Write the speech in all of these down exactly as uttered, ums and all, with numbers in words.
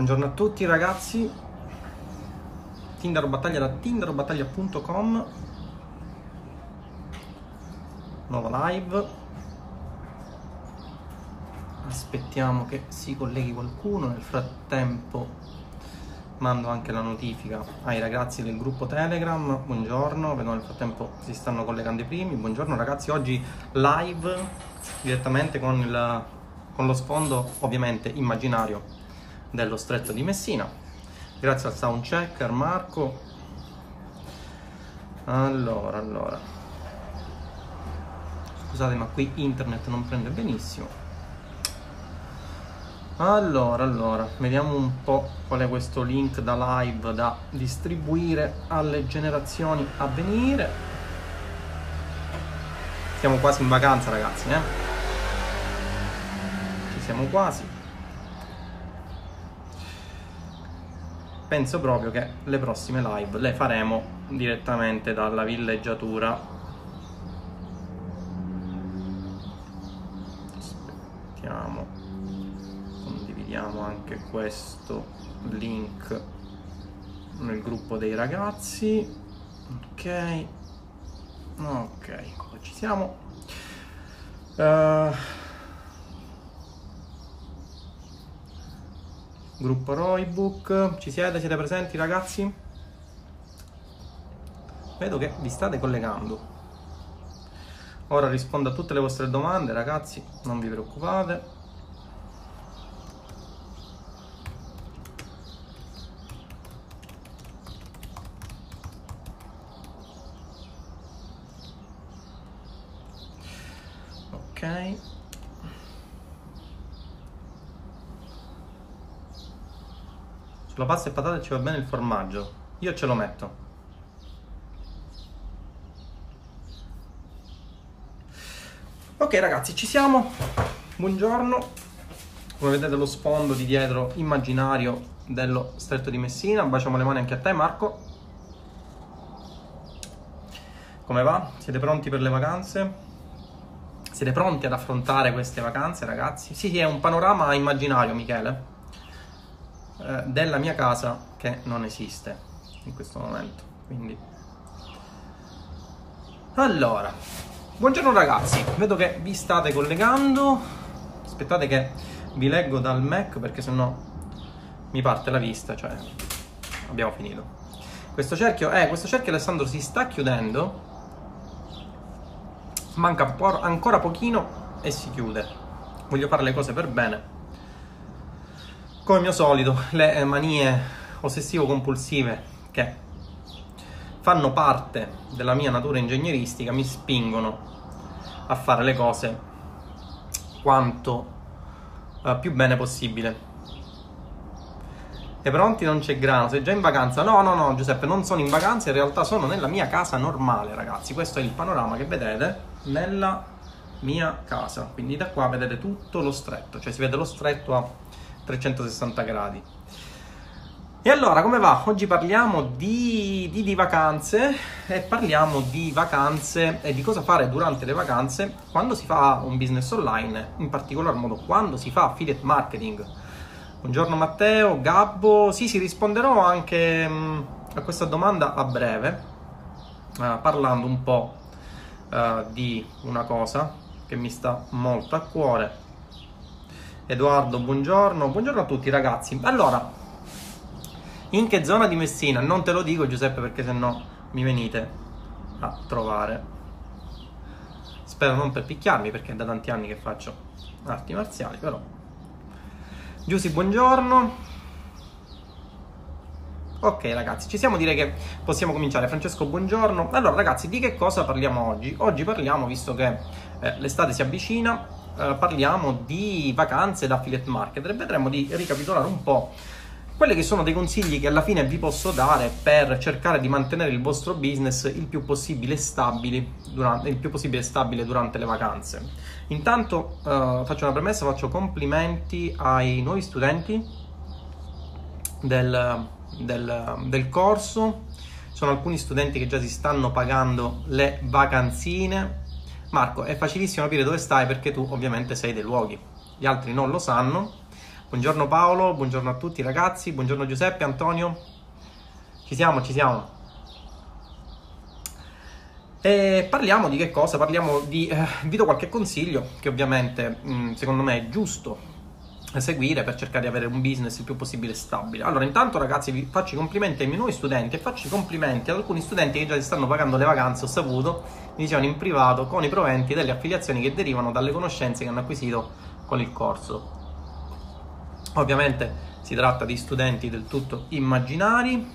Buongiorno a tutti ragazzi, Tindaro Battaglia da tindaro battaglia punto com, nuova live, aspettiamo che si colleghi qualcuno, nel frattempo mando anche la notifica ai ragazzi del gruppo Telegram. Buongiorno, vedo nel frattempo si stanno collegando i primi. Buongiorno ragazzi, oggi live direttamente con, il, con lo sfondo ovviamente immaginario dello Stretto di Messina, grazie al sound checker Marco. Allora, allora, scusate ma qui internet non prende benissimo. Allora, allora, vediamo un po' qual è questo link da live da distribuire alle generazioni a venire. Siamo quasi in vacanza ragazzi, eh? Ci siamo quasi. Penso proprio che le prossime live le faremo direttamente dalla villeggiatura. Aspettiamo, condividiamo anche questo link nel gruppo dei ragazzi. Ok, ok, ci siamo. Uh, Gruppo Roybook, ci siete? Siete presenti ragazzi? Vedo che vi state collegando. Ora rispondo a tutte le vostre domande ragazzi, non vi preoccupate. Ok. Sulla pasta e patate ci va bene il formaggio, io ce lo metto. Ok ragazzi, ci siamo, buongiorno. Come vedete lo sfondo di dietro immaginario dello Stretto di Messina. Baciamo le mani anche a te Marco. Come va? Siete pronti per le vacanze? Siete pronti ad affrontare queste vacanze ragazzi? Sì, sì, è un panorama immaginario Michele, della mia casa che non esiste in questo momento, quindi allora buongiorno ragazzi, vedo che vi state collegando. Aspettate che vi leggo dal Mac perché sennò mi parte la vista, cioè abbiamo finito questo cerchio. Eh, questo cerchio Alessandro si sta chiudendo, manca po- ancora pochino e si chiude. Voglio fare le cose per bene. Come mio solito, le manie ossessivo-compulsive che fanno parte della mia natura ingegneristica mi spingono a fare le cose quanto uh, più bene possibile. E pronti? Non c'è grano, sei già in vacanza? No, no, no Giuseppe, non sono in vacanza, in realtà sono nella mia casa normale ragazzi. Questo è il panorama che vedete nella mia casa, quindi da qua vedete tutto lo stretto, cioè si vede lo stretto a trecentosessanta gradi. E allora come va? Oggi parliamo di, di, di vacanze e parliamo di vacanze e di cosa fare durante le vacanze quando si fa un business online, in particolar modo quando si fa affiliate marketing. Buongiorno Matteo, Gabbo, sì sì risponderò anche mh, a questa domanda a breve, uh, parlando un po' uh, di una cosa che mi sta molto a cuore. Edoardo, buongiorno, buongiorno a tutti ragazzi. Allora, in che zona di Messina? Non te lo dico Giuseppe perché sennò mi venite a trovare. Spero non per picchiarmi perché è da tanti anni che faccio arti marziali, però. Giussi, buongiorno. Ok ragazzi, ci siamo, direi che possiamo cominciare. Francesco, buongiorno. Allora ragazzi, di che cosa parliamo oggi? Oggi parliamo, visto che eh, l'estate si avvicina, Uh, parliamo di vacanze da affiliate marketer e vedremo di ricapitolare un po' quelli che sono dei consigli che alla fine vi posso dare per cercare di mantenere il vostro business il più possibile stabili durante, il più possibile stabile durante le vacanze. Intanto uh, faccio una premessa, faccio complimenti ai nuovi studenti del, del, del corso. Sono alcuni studenti che già si stanno pagando le vacanzine. Marco, è facilissimo capire dove stai perché tu ovviamente sei dei luoghi, gli altri non lo sanno. Buongiorno Paolo, buongiorno a tutti ragazzi, buongiorno Giuseppe, Antonio. Ci siamo, ci siamo. E parliamo di che cosa? Parliamo di... Eh, vi do qualche consiglio che ovviamente mh, secondo me è giusto seguire per cercare di avere un business il più possibile stabile. Allora, intanto ragazzi vi faccio i complimenti ai miei nuovi studenti e faccio i complimenti ad alcuni studenti che già si stanno pagando le vacanze, ho saputo, mi dicevano in privato, con i proventi delle affiliazioni che derivano dalle conoscenze che hanno acquisito con il corso. Ovviamente si tratta di studenti del tutto immaginari.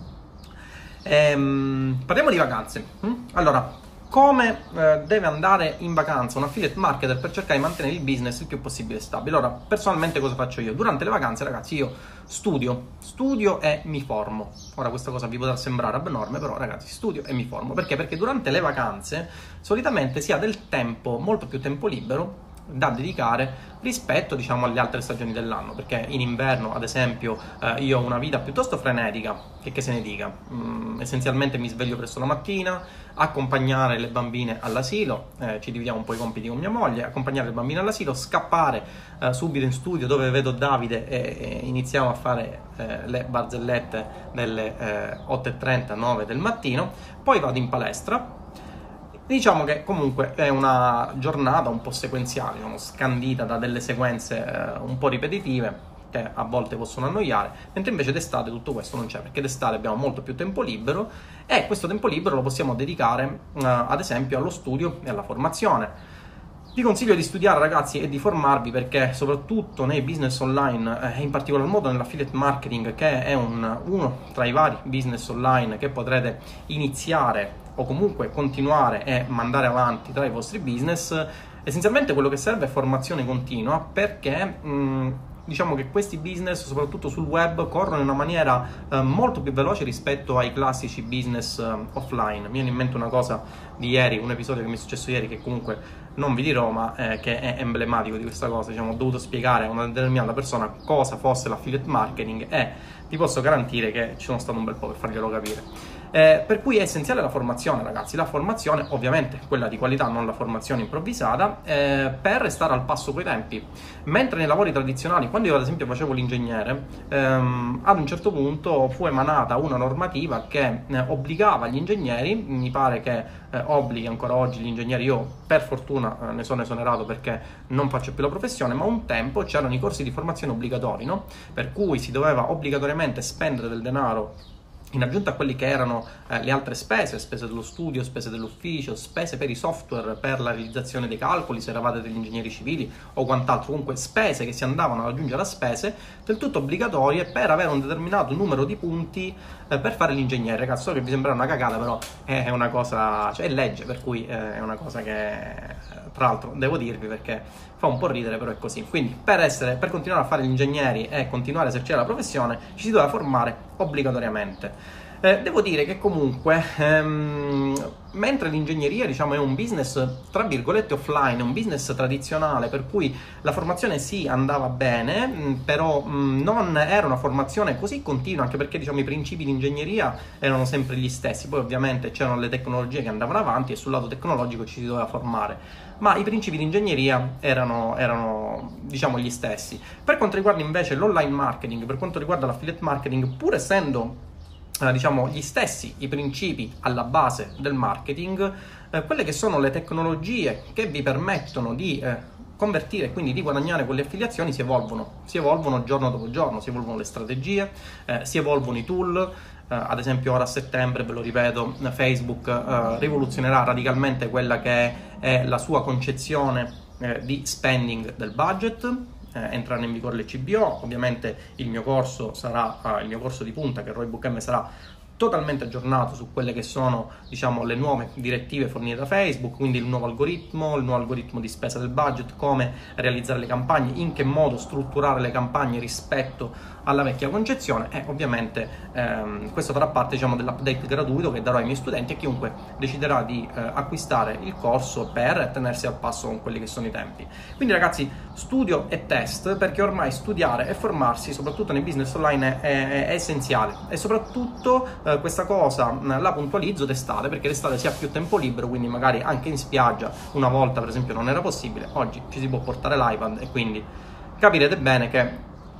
Ehm, parliamo di vacanze. Allora, come eh, deve andare in vacanza un affiliate marketer per cercare di mantenere il business il più possibile stabile? Allora, personalmente cosa faccio io? Durante le vacanze, ragazzi, io studio, studio e mi formo. Ora questa cosa vi potrà sembrare abnorme, però ragazzi, studio e mi formo. Perché? Perché durante le vacanze solitamente si ha del tempo, molto più tempo libero da dedicare rispetto, diciamo, alle altre stagioni dell'anno, perché in inverno ad esempio eh, io ho una vita piuttosto frenetica, che che se ne dica, mm, essenzialmente mi sveglio presto la mattina, accompagnare le bambine all'asilo, eh, ci dividiamo un po' i compiti con mia moglie, accompagnare le bambine all'asilo, scappare eh, subito in studio dove vedo Davide e, e iniziamo a fare eh, le barzellette delle eh, otto e trenta, nove del mattino, poi vado in palestra. Diciamo che comunque è una giornata un po' sequenziale, diciamo, scandita da delle sequenze eh, un po' ripetitive che a volte possono annoiare, mentre invece d'estate tutto questo non c'è, perché d'estate abbiamo molto più tempo libero e questo tempo libero lo possiamo dedicare eh, ad esempio allo studio e alla formazione. Vi consiglio di studiare ragazzi e di formarvi, perché soprattutto nei business online e in particolar modo nell'affiliate marketing, che è un, uno tra i vari business online che potrete iniziare o comunque continuare e mandare avanti tra i vostri business, essenzialmente quello che serve è formazione continua, perché mh, diciamo che questi business, soprattutto sul web, corrono in una maniera eh, molto più veloce rispetto ai classici business eh, offline. Mi viene in mente una cosa di ieri, un episodio che mi è successo ieri, che comunque non vi dirò, ma eh, che è emblematico di questa cosa. Diciamo, ho dovuto spiegare a una determinata persona cosa fosse l'affiliate marketing e vi posso garantire che ci sono stato un bel po' per farglielo capire. Eh, per cui è essenziale la formazione, ragazzi, la formazione ovviamente quella di qualità, non la formazione improvvisata, eh, per restare al passo coi tempi. Mentre nei lavori tradizionali, quando io ad esempio facevo l'ingegnere, ehm, ad un certo punto fu emanata una normativa che eh, obbligava gli ingegneri, mi pare che eh, obblighi ancora oggi gli ingegneri, io per fortuna eh, ne sono esonerato perché non faccio più la professione, ma un tempo c'erano i corsi di formazione obbligatori, no? Per cui si doveva obbligatoriamente spendere del denaro in aggiunta a quelli che erano eh, le altre spese, spese dello studio, spese dell'ufficio, spese per i software, per la realizzazione dei calcoli, se eravate degli ingegneri civili o quant'altro, comunque spese che si andavano ad aggiungere a spese, del tutto obbligatorie per avere un determinato numero di punti eh, per fare l'ingegnere. Ragazzi, so che vi sembra una cagata, però è una cosa, cioè è legge, per cui eh, è una cosa che, tra l'altro, devo dirvi perché fa un po' ridere, però è così. Quindi per, essere, per continuare a fare gli ingegneri e continuare a esercitare la professione ci si doveva formare obbligatoriamente. Eh, devo dire che comunque ehm, mentre l'ingegneria, diciamo, è un business tra virgolette offline, un business tradizionale, per cui la formazione sì andava bene, mh, però mh, non era una formazione così continua, anche perché, diciamo, i principi di ingegneria erano sempre gli stessi. Poi ovviamente c'erano le tecnologie che andavano avanti e sul lato tecnologico ci si doveva formare, ma i principi di ingegneria erano, erano diciamo gli stessi. Per quanto riguarda invece l'online marketing, per quanto riguarda l'affiliate marketing, pur essendo Eh, diciamo gli stessi i principi alla base del marketing, eh, quelle che sono le tecnologie che vi permettono di eh, convertire e quindi di guadagnare con le affiliazioni si evolvono, si evolvono giorno dopo giorno, si evolvono le strategie, eh, si evolvono i tool. Eh, ad esempio ora a settembre, ve lo ripeto, Facebook eh, rivoluzionerà radicalmente quella che è la sua concezione eh, di spending del budget. Eh, entreranno in vigore le C B O, ovviamente il mio corso sarà, uh, il mio corso di punta, che è Roybook M, sarà totalmente aggiornato su quelle che sono, diciamo, le nuove direttive fornite da Facebook, quindi il nuovo algoritmo, il nuovo algoritmo di spesa del budget, come realizzare le campagne, in che modo strutturare le campagne rispetto alla vecchia concezione, e ovviamente ehm, questo farà parte, diciamo, dell'update gratuito che darò ai miei studenti e chiunque deciderà di eh, acquistare il corso per tenersi al passo con quelli che sono i tempi. Quindi ragazzi, studio e test, perché ormai studiare e formarsi, soprattutto nei business online, è, è, è essenziale, e soprattutto eh, questa cosa mh, la puntualizzo d'estate, perché d'estate si ha più tempo libero, quindi magari anche in spiaggia, una volta per esempio non era possibile, oggi ci si può portare l'iPad, e quindi capirete bene che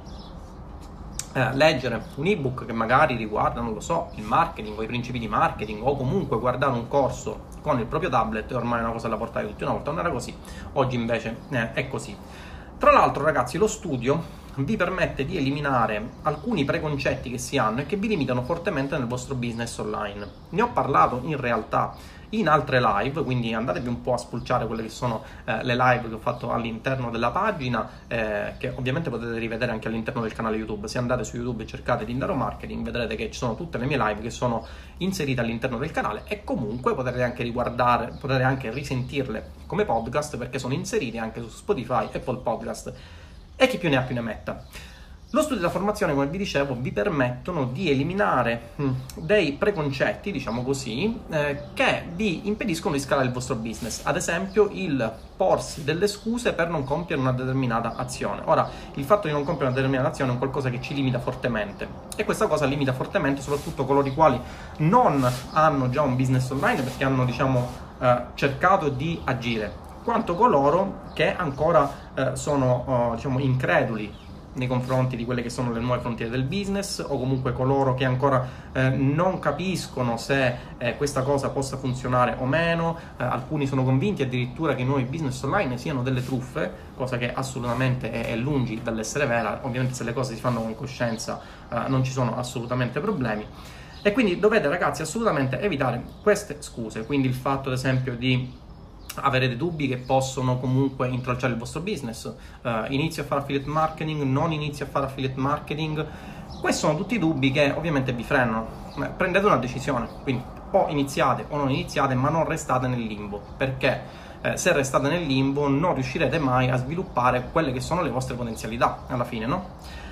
eh, leggere un ebook che magari riguarda, non lo so, il marketing o i principi di marketing, o comunque guardare un corso con il proprio tablet, ormai è una cosa alla portata di tutti. Una volta non era così, oggi invece eh, è così. Tra l'altro, ragazzi, lo studio vi permette di eliminare alcuni preconcetti che si hanno e che vi limitano fortemente nel vostro business online. Ne ho parlato in realtà in altre live, quindi andatevi un po' a spulciare quelle che sono eh, le live che ho fatto all'interno della pagina, eh, che ovviamente potete rivedere anche all'interno del canale YouTube. Se andate su YouTube e cercate Tindaro Marketing, vedrete che ci sono tutte le mie live che sono inserite all'interno del canale, e comunque potete anche riguardare, potete anche risentirle come podcast, perché sono inserite anche su Spotify, Apple Podcast e chi più ne ha più ne metta. Lo studio e la formazione, come vi dicevo, vi permettono di eliminare mh, dei preconcetti, diciamo così, eh, che vi impediscono di scalare il vostro business. Ad esempio, il porsi delle scuse per non compiere una determinata azione. Ora, il fatto di non compiere una determinata azione è un qualcosa che ci limita fortemente, e questa cosa limita fortemente soprattutto coloro i quali non hanno già un business online perché hanno, diciamo, eh, cercato di agire, quanto coloro che ancora eh, sono, eh, diciamo, increduli nei confronti di quelle che sono le nuove frontiere del business, o comunque coloro che ancora eh, non capiscono se eh, questa cosa possa funzionare o meno. Eh, alcuni sono convinti addirittura che i nuovi business online siano delle truffe, cosa che assolutamente è, è lungi dall'essere vera. Ovviamente, se le cose si fanno con coscienza eh, non ci sono assolutamente problemi, e quindi dovete, ragazzi, assolutamente evitare queste scuse. Quindi il fatto, ad esempio, di avere dei dubbi che possono comunque intralciare il vostro business, uh, inizio a fare affiliate marketing, non inizio a fare affiliate marketing, questi sono tutti dubbi che ovviamente vi frenano. Prendete una decisione, quindi o iniziate o non iniziate, ma non restate nel limbo, perché eh, se restate nel limbo non riuscirete mai a sviluppare quelle che sono le vostre potenzialità alla fine, no?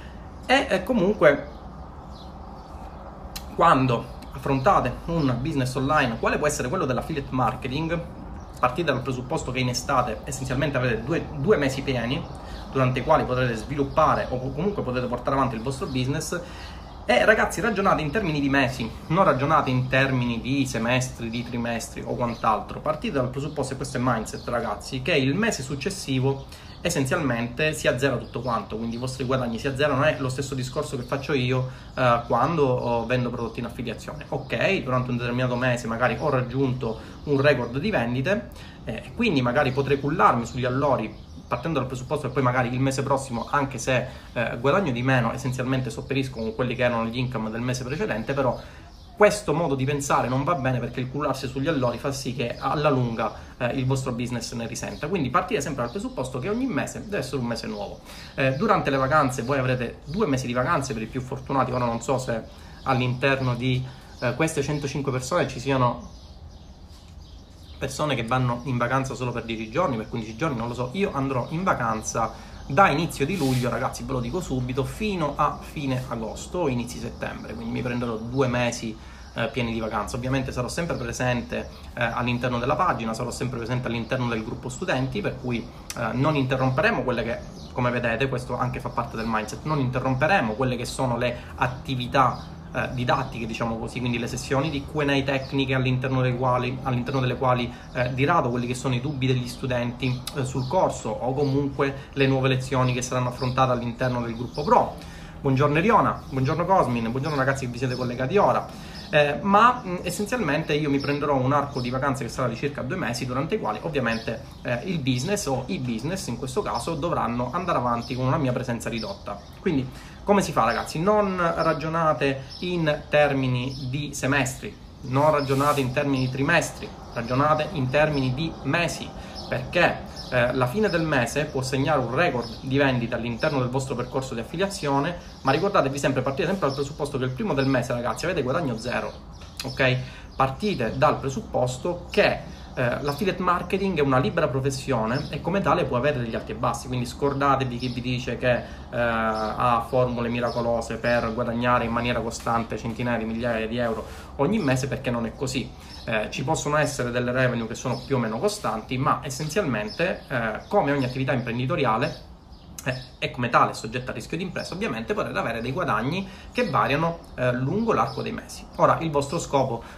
E eh, comunque, quando affrontate un business online, quale può essere quello dell'affiliate marketing, partite dal presupposto che in estate essenzialmente avete due, due mesi pieni durante i quali potrete sviluppare o comunque potete portare avanti il vostro business. E ragazzi, ragionate in termini di mesi, non ragionate in termini di semestri, di trimestri o quant'altro. Partite dal presupposto, e questo è mindset, ragazzi, che il mese successivo essenzialmente si azzera tutto quanto, quindi i vostri guadagni si azzerano. È lo stesso discorso che faccio io eh, quando oh, vendo prodotti in affiliazione. Ok, durante un determinato mese magari ho raggiunto un record di vendite, e eh, quindi magari potrei cullarmi sugli allori, partendo dal presupposto che poi magari il mese prossimo, anche se eh, guadagno di meno, essenzialmente sopperisco con quelli che erano gli income del mese precedente. Però questo modo di pensare non va bene, perché il cullarsi sugli allori fa sì che alla lunga eh, il vostro business ne risenta. Quindi partite sempre dal presupposto che ogni mese deve essere un mese nuovo. Eh, durante le vacanze voi avrete due mesi di vacanze per i più fortunati. Ora non so se all'interno di eh, queste centocinque persone ci siano persone che vanno in vacanza solo per dieci giorni, per quindici giorni, non lo so. Io andrò in vacanza da inizio di luglio, ragazzi, ve lo dico subito, fino a fine agosto o inizi settembre, quindi mi prenderò due mesi eh, pieni di vacanza. Ovviamente sarò sempre presente eh, all'interno della pagina, sarò sempre presente all'interno del gruppo studenti, per cui eh, non interromperemo quelle che, come vedete, questo anche fa parte del mindset, non interromperemo quelle che sono le attività Eh, didattiche, diciamo così, quindi le sessioni di Q and A tecniche all'interno delle quali, all'interno delle quali eh, dirado quelli che sono i dubbi degli studenti eh, sul corso, o comunque le nuove lezioni che saranno affrontate all'interno del gruppo pro. Buongiorno Eriona, buongiorno Cosmin, buongiorno ragazzi che vi siete collegati ora. Eh, ma mh, essenzialmente io mi prenderò un arco di vacanze che sarà di circa due mesi, durante i quali ovviamente eh, il business o i business in questo caso dovranno andare avanti con una mia presenza ridotta. Quindi come si fa, ragazzi? Non ragionate in termini di semestri, non ragionate in termini di trimestri, ragionate in termini di mesi, perché eh, la fine del mese può segnare un record di vendita all'interno del vostro percorso di affiliazione, ma ricordatevi sempre, partite sempre dal presupposto che il primo del mese, ragazzi, avete guadagno zero, ok? Partite dal presupposto che eh, l'affiliate marketing è una libera professione e come tale può avere degli alti e bassi, quindi scordatevi chi vi dice che eh, ha formule miracolose per guadagnare in maniera costante centinaia di migliaia di euro ogni mese, perché non è così. Eh, ci possono essere delle revenue che sono più o meno costanti, ma essenzialmente eh, come ogni attività imprenditoriale eh, e come tale soggetta a rischio di impresa, ovviamente potrete avere dei guadagni che variano eh, lungo l'arco dei mesi. Ora, il vostro scopo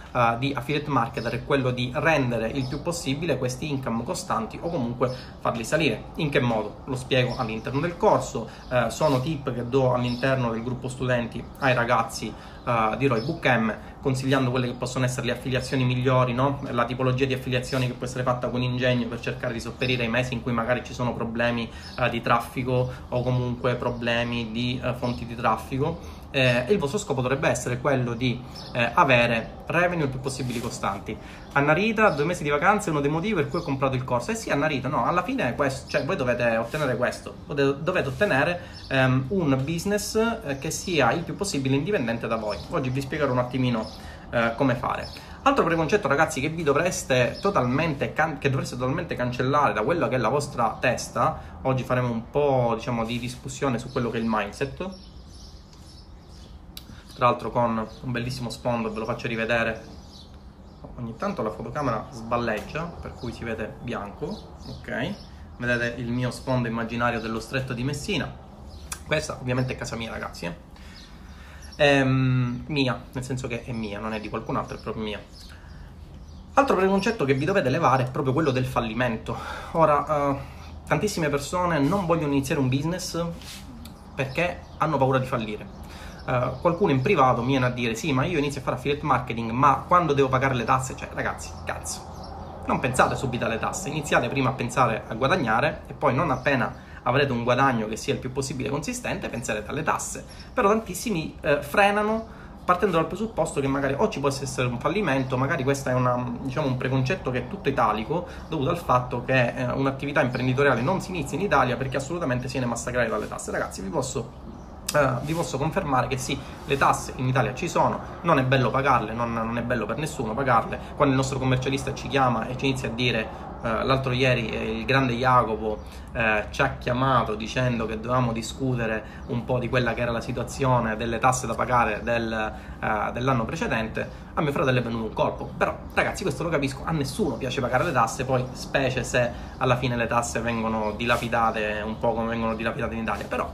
uh, di affiliate marketer è quello di rendere il più possibile questi income costanti o comunque farli salire. In che modo? Lo spiego all'interno del corso, uh, sono tip che do all'interno del gruppo studenti ai ragazzi uh, di Roy Book M, consigliando quelle che possono essere le affiliazioni migliori, no? La tipologia di affiliazioni che può essere fatta con ingegno per cercare di sopperire ai mesi in cui magari ci sono problemi uh, di traffico o comunque problemi di uh, fonti di traffico. Eh, il vostro scopo dovrebbe essere quello di eh, avere revenue il più possibili costanti. A Narita, due mesi di vacanze è uno dei motivi per cui ho comprato il corso. Eh sì, a Narita, no, alla fine è questo, cioè voi dovete ottenere questo, dovete ottenere um, un business eh, che sia il più possibile indipendente da voi. Oggi vi spiegherò un attimino eh, come fare. Altro preconcetto, ragazzi, che vi dovreste totalmente can- che dovreste totalmente cancellare da quello che è la vostra testa. Oggi faremo un po', diciamo, di discussione su quello che è il mindset. Tra l'altro con un bellissimo sfondo, ve lo faccio rivedere. Ogni tanto la fotocamera sballeggia, per cui si vede bianco, ok? Vedete il mio sfondo immaginario dello stretto di Messina. Questa ovviamente è casa mia, ragazzi, eh? Ehm, mia, nel senso che è mia, non è di qualcun altro, è proprio mia. Altro preconcetto che vi dovete levare è proprio quello del fallimento. Ora, uh, tantissime persone non vogliono iniziare un business perché hanno paura di fallire. Uh, qualcuno in privato mi viene a dire: sì, ma io inizio a fare affiliate marketing, ma quando devo pagare le tasse? Cioè, ragazzi, cazzo, non pensate subito alle tasse, iniziate prima a pensare a guadagnare e poi non appena avrete un guadagno che sia il più possibile consistente penserete alle tasse. Però tantissimi uh, frenano partendo dal presupposto che magari o ci può essere un fallimento, magari questo è una, diciamo, un preconcetto che è tutto italico, dovuto al fatto che eh, un'attività imprenditoriale non si inizia in Italia perché assolutamente si viene massacrati dalle tasse. Ragazzi, vi posso Uh, vi posso confermare che sì, le tasse in Italia ci sono, non è bello pagarle, non, non è bello per nessuno pagarle. Quando il nostro commercialista ci chiama e ci inizia a dire, uh, l'altro ieri eh, il grande Jacopo eh, ci ha chiamato dicendo che dovevamo discutere un po' di quella che era la situazione delle tasse da pagare del, uh, dell'anno precedente, a mio fratello è venuto un colpo. Però ragazzi, questo lo capisco, a nessuno piace pagare le tasse, poi specie se alla fine le tasse vengono dilapidate un po' come vengono dilapidate in Italia. Però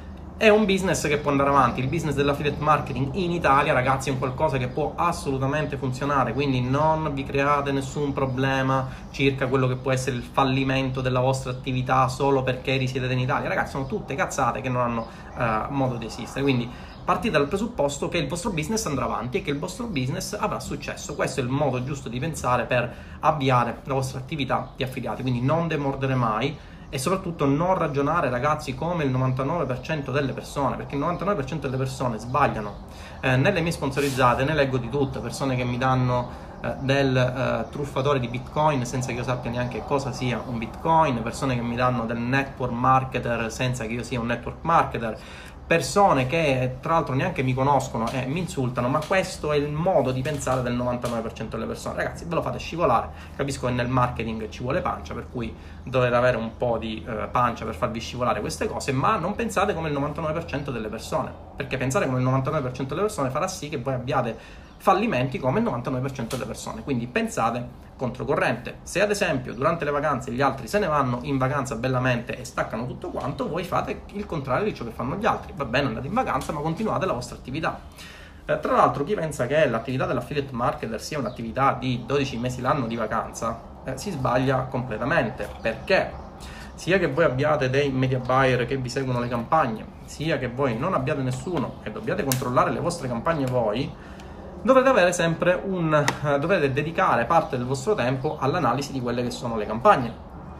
è un business che può andare avanti. Il business dell'affiliate marketing in Italia, ragazzi, è un qualcosa che può assolutamente funzionare, quindi non vi create nessun problema circa quello che può essere il fallimento della vostra attività solo perché risiedete in Italia. Ragazzi, sono tutte cazzate che non hanno uh, modo di esistere, quindi partite dal presupposto che il vostro business andrà avanti e che il vostro business avrà successo. Questo è il modo giusto di pensare per avviare la vostra attività di affiliati, quindi non demordere mai. E soprattutto non ragionare, ragazzi, come il novantanove per cento delle persone, perché il novantanove per cento delle persone sbagliano. Eh, nelle mie sponsorizzate ne leggo di tutte, persone che mi danno eh, del eh, truffatore di Bitcoin senza che io sappia neanche cosa sia un Bitcoin, persone che mi danno del network marketer senza che io sia un network marketer, persone che tra l'altro neanche mi conoscono e mi insultano, ma questo è il modo di pensare del novantanove per cento delle persone. Ragazzi, ve lo fate scivolare. Capisco che nel marketing ci vuole pancia, per cui dovete avere un po' di eh, pancia per farvi scivolare queste cose, ma non pensate come il novantanove per cento delle persone, perché pensare come il novantanove per cento delle persone farà sì che voi abbiate fallimenti come il novantanove per cento delle persone. Quindi pensate controcorrente. Se ad esempio durante le vacanze gli altri se ne vanno in vacanza bellamente e staccano tutto quanto, voi fate il contrario di ciò che fanno gli altri. Va bene, andate in vacanza, ma continuate la vostra attività. Eh, tra l'altro, chi pensa che l'attività dell'affiliate marketer sia un'attività di dodici mesi l'anno di vacanza eh, si sbaglia completamente, perché sia che voi abbiate dei media buyer che vi seguono le campagne, sia che voi non abbiate nessuno e dobbiate controllare le vostre campagne voi, dovrete avere sempre un eh, dovrete dedicare parte del vostro tempo all'analisi di quelle che sono le campagne.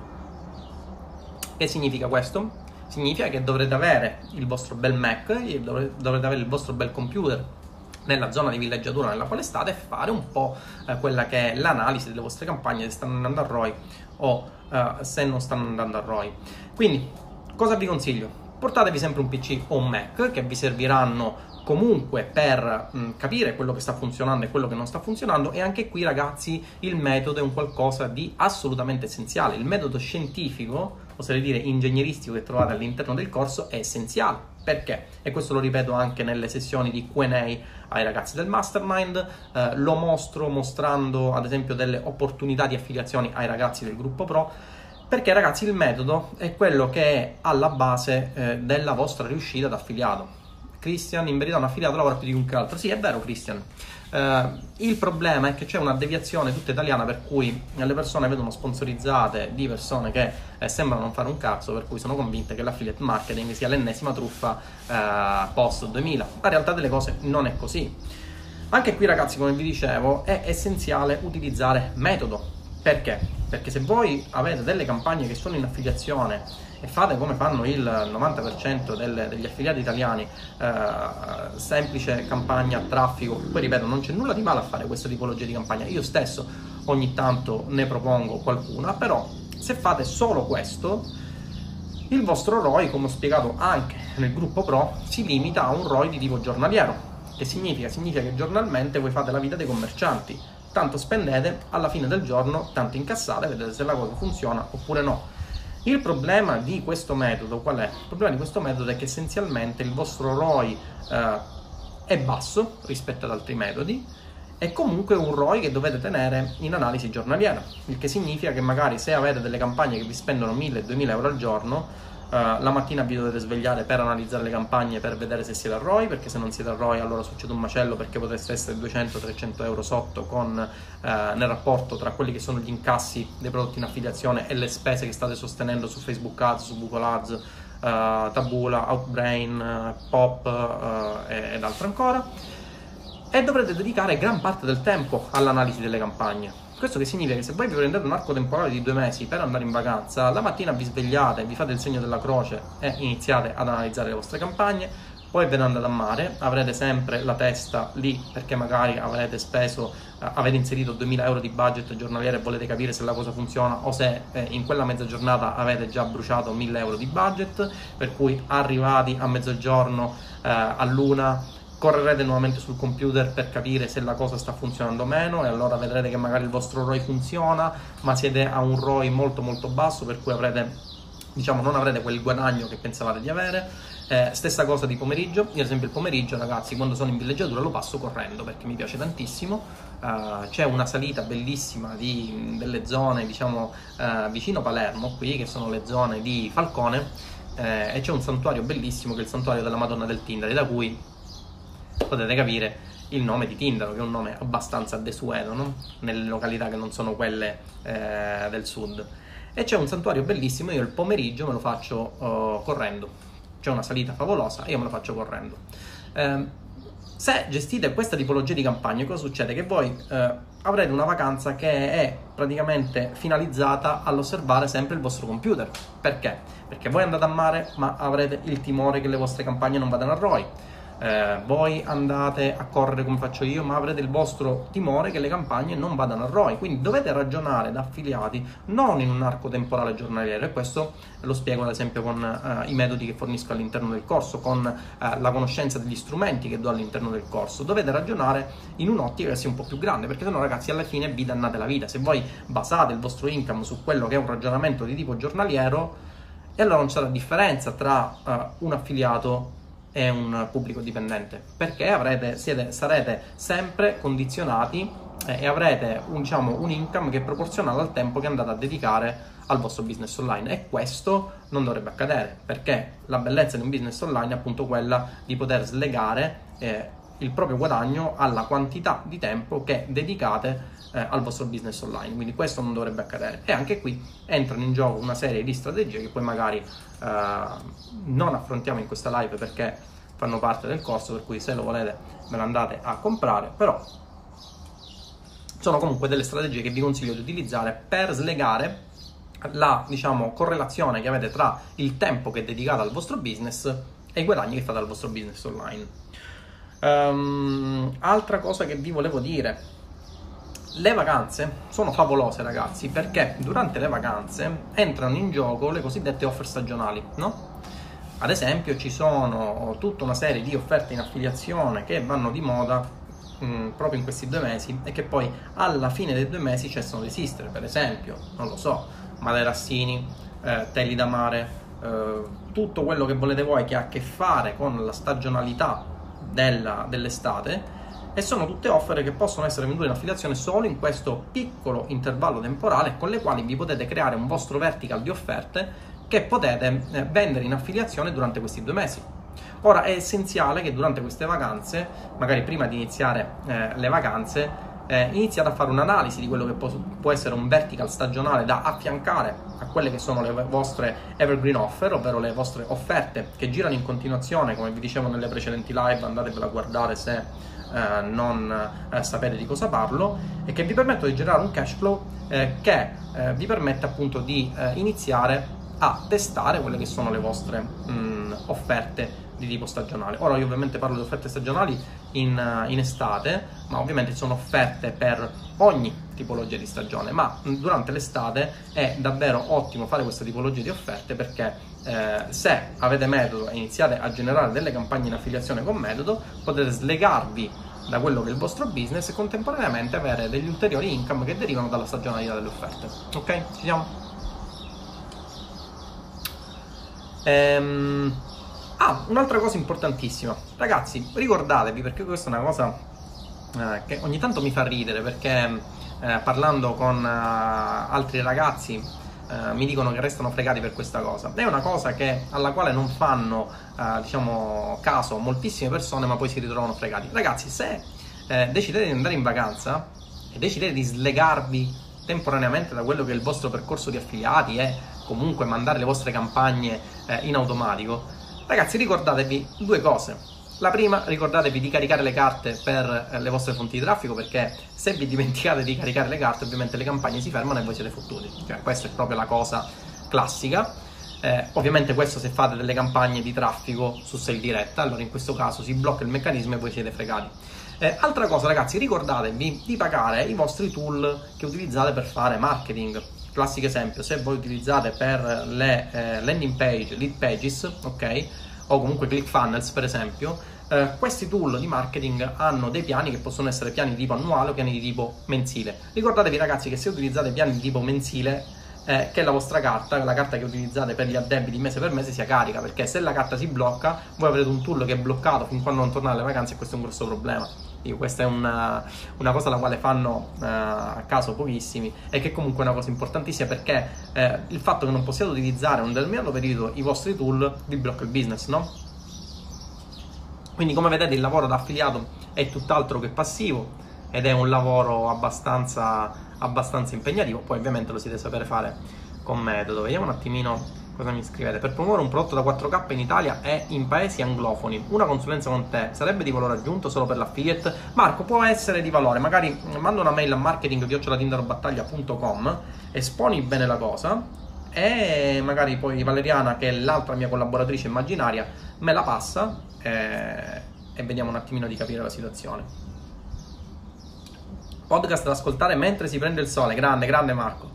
Che significa questo? Significa che dovrete avere il vostro bel Mac, dovrete, dovrete avere il vostro bel computer nella zona di villeggiatura nella quale state e fare un po' eh, quella che è l'analisi delle vostre campagne, se stanno andando a R O I o eh, se non stanno andando a R O I. Quindi, cosa vi consiglio? Portatevi sempre un P C o un Mac che vi serviranno comunque per mh, capire quello che sta funzionando e quello che non sta funzionando. E anche qui, ragazzi, il metodo è un qualcosa di assolutamente essenziale. Il metodo scientifico, oserei dire ingegneristico, che trovate all'interno del corso è essenziale. Perché? E questo lo ripeto anche nelle sessioni di Q and A ai ragazzi del Mastermind, eh, lo mostro mostrando ad esempio delle opportunità di affiliazioni ai ragazzi del gruppo Pro. Perché, ragazzi, il metodo è quello che è alla base eh, della vostra riuscita da affiliato. Christian, in verità un affiliato lavora più di chiunque altro. Sì, è vero, Christian. Uh, il problema è che c'è una deviazione tutta italiana per cui le persone vedono sponsorizzate di persone che eh, sembrano non fare un cazzo, per cui sono convinte che l'affiliate marketing sia l'ennesima truffa uh, post duemila. La realtà delle cose non è così. Anche qui, ragazzi, come vi dicevo, è essenziale utilizzare metodo. Perché? Perché se voi avete delle campagne che sono in affiliazione e fate come fanno il novanta per cento delle, degli affiliati italiani, eh, semplice campagna a traffico, poi ripeto, non c'è nulla di male a fare questa tipologia di campagna, io stesso ogni tanto ne propongo qualcuna, però se fate solo questo, il vostro R O I, come ho spiegato anche nel gruppo Pro, si limita a un R O I di tipo giornaliero. Che significa? Significa che giornalmente voi fate la vita dei commercianti, tanto spendete, alla fine del giorno tanto incassate, vedete se la cosa funziona oppure no. Il problema di questo metodo qual è? Il problema di questo metodo è che essenzialmente il vostro R O I eh, è basso rispetto ad altri metodi e comunque un R O I che dovete tenere in analisi giornaliera, il che significa che magari se avete delle campagne che vi spendono mille duemila euro al giorno, Uh, la mattina vi dovete svegliare per analizzare le campagne per vedere se siete al R O I, perché se non siete al R O I allora succede un macello, perché potreste essere duecento trecento euro sotto con, uh, nel rapporto tra quelli che sono gli incassi dei prodotti in affiliazione e le spese che state sostenendo su Facebook Ads, su Google Ads, uh, Taboola, Outbrain, uh, Pop uh, e, ed altro ancora, e dovrete dedicare gran parte del tempo all'analisi delle campagne. Questo che significa che se voi vi prendete un arco temporale di due mesi per andare in vacanza, la mattina vi svegliate, vi fate il segno della croce e iniziate ad analizzare le vostre campagne, poi ve ne andate a mare, avrete sempre la testa lì perché magari avrete speso, eh, avete inserito duemila euro di budget giornaliero e volete capire se la cosa funziona o se eh, in quella mezza giornata avete già bruciato mille euro di budget, per cui arrivati a mezzogiorno, eh, a luna, correrete nuovamente sul computer per capire se la cosa sta funzionando o meno e allora vedrete che magari il vostro R O I funziona, ma siete a un R O I molto molto basso, per cui avrete, diciamo, non avrete quel guadagno che pensavate di avere. Eh, stessa cosa di pomeriggio. Io ad esempio il pomeriggio, ragazzi, quando sono in villeggiatura lo passo correndo perché mi piace tantissimo. Uh, c'è una salita bellissima di, delle zone, diciamo, uh, vicino Palermo qui, che sono le zone di Falcone, eh, e c'è un santuario bellissimo che è il santuario della Madonna del Tindaro, da cui potete capire il nome di Tindaro, che è un nome abbastanza desueto, no? Nelle località che non sono quelle eh, del sud. E c'è un santuario bellissimo, io il pomeriggio me lo faccio uh, correndo. C'è una salita favolosa e io me lo faccio correndo. Eh, se gestite questa tipologia di campagne, cosa succede? Che voi eh, avrete una vacanza che è praticamente finalizzata all'osservare sempre il vostro computer. Perché? Perché voi andate a mare, ma avrete il timore che le vostre campagne non vadano a R O I. Eh, voi andate a correre come faccio io, ma avrete il vostro timore che le campagne non vadano a R O I, quindi dovete ragionare da affiliati non in un arco temporale giornaliero, e questo lo spiego ad esempio con eh, i metodi che fornisco all'interno del corso, con eh, la conoscenza degli strumenti che do all'interno del corso. Dovete ragionare in un'ottica che sia un po' più grande, perché sennò, ragazzi, alla fine vi dannate la vita. Se voi basate il vostro income su quello che è un ragionamento di tipo giornaliero, e allora non c'è la differenza tra eh, un affiliato è un pubblico dipendente, perché avrete, siete, sarete sempre condizionati eh, e avrete un, diciamo, un income che è proporzionale al tempo che andate a dedicare al vostro business online, e questo non dovrebbe accadere, perché la bellezza di un business online è appunto quella di poter slegare eh, il proprio guadagno alla quantità di tempo che dedicate eh, al vostro business online, quindi questo non dovrebbe accadere. E anche qui entrano in gioco una serie di strategie che poi magari eh, non affrontiamo in questa live perché fanno parte del corso, per cui se lo volete me lo andate a comprare, però sono comunque delle strategie che vi consiglio di utilizzare per slegare la, diciamo, correlazione che avete tra il tempo che dedicate al vostro business e i guadagni che fate al vostro business online. Um, altra cosa che vi volevo dire: le vacanze sono favolose, ragazzi, perché durante le vacanze entrano in gioco le cosiddette offer stagionali, no? Ad esempio ci sono tutta una serie di offerte in affiliazione che vanno di moda mh, proprio in questi due mesi e che poi alla fine dei due mesi cessano di esistere. Per esempio, non lo so, materassini, eh, teli da mare, eh, tutto quello che volete voi che ha a che fare con la stagionalità della, dell'estate, e sono tutte offer che possono essere vendute in affiliazione solo in questo piccolo intervallo temporale, con le quali vi potete creare un vostro vertical di offerte che potete eh, vendere in affiliazione durante questi due mesi. Ora è essenziale che durante queste vacanze, magari prima di iniziare eh, le vacanze, eh, iniziate a fare un'analisi di quello che può, può essere un vertical stagionale da affiancare a quelle che sono le vostre evergreen offer, ovvero le vostre offerte che girano in continuazione, come vi dicevo nelle precedenti live, andatevela a guardare se eh, non eh, sapete di cosa parlo, e che vi permettono di generare un cash flow eh, che eh, vi permette appunto di eh, iniziare a testare quelle che sono le vostre mh, offerte di tipo stagionale. Ora io ovviamente parlo di offerte stagionali in, in estate, ma ovviamente ci sono offerte per ogni tipologia di stagione, ma durante l'estate è davvero ottimo fare questa tipologia di offerte, perché eh, se avete Metodo e iniziate a generare delle campagne in affiliazione con Metodo, potete slegarvi da quello che è il vostro business e contemporaneamente avere degli ulteriori income che derivano dalla stagionalità delle offerte. Ok? Ci siamo? Ehm... Ah, un'altra cosa importantissima, ragazzi, ricordatevi, perché questa è una cosa eh, che ogni tanto mi fa ridere, perché eh, parlando con eh, altri ragazzi eh, mi dicono che restano fregati per questa cosa. È una cosa che, alla quale non fanno eh, diciamo caso moltissime persone, ma poi si ritrovano fregati. Ragazzi, se eh, decidete di andare in vacanza e decidete di slegarvi temporaneamente da quello che è il vostro percorso di affiliati e comunque mandare le vostre campagne eh, in automatico, ragazzi, ricordatevi due cose. La prima, ricordatevi di caricare le carte per eh, le vostre fonti di traffico, perché se vi dimenticate di caricare le carte, ovviamente le campagne si fermano e voi siete fottuti. Cioè, questa è proprio la cosa classica. Eh, ovviamente questo se fate delle campagne di traffico su sale diretta, allora in questo caso si blocca il meccanismo e voi siete fregati. Eh, altra cosa, ragazzi, ricordatevi di pagare i vostri tool che utilizzate per fare marketing. Classico esempio, se voi utilizzate per le eh, landing page, lead pages, ok, o comunque ClickFunnels per esempio, eh, questi tool di marketing hanno dei piani che possono essere piani di tipo annuale o piani di tipo mensile. Ricordatevi, ragazzi, che se utilizzate piani di tipo mensile, eh, che la vostra carta, la carta che utilizzate per gli addebiti mese per mese, sia carica, perché se la carta si blocca, voi avrete un tool che è bloccato fin quando non tornate alle vacanze, e questo è un grosso problema. Io, questa è una, una cosa alla quale fanno uh, a caso pochissimi, e che comunque è una cosa importantissima, perché eh, il fatto che non possiate utilizzare un determinato periodo i vostri tool vi blocca il business, no? Quindi, come vedete, il lavoro da affiliato è tutt'altro che passivo ed è un lavoro abbastanza, abbastanza impegnativo. Poi ovviamente lo si deve sapere fare con metodo. Vediamo un attimino cosa mi scrivete. Per promuovere un prodotto da quattro K in Italia e in paesi anglofoni, una consulenza con te sarebbe di valore aggiunto solo per l'affiliate? Marco, può essere di valore. Magari manda una mail a marketing chiocciola tinderobattaglia punto com, esponi bene la cosa, e magari poi Valeriana, che è l'altra mia collaboratrice immaginaria, me la passa e, e vediamo un attimino di capire la situazione. Podcast da ascoltare mentre si prende il sole. Grande, grande Marco.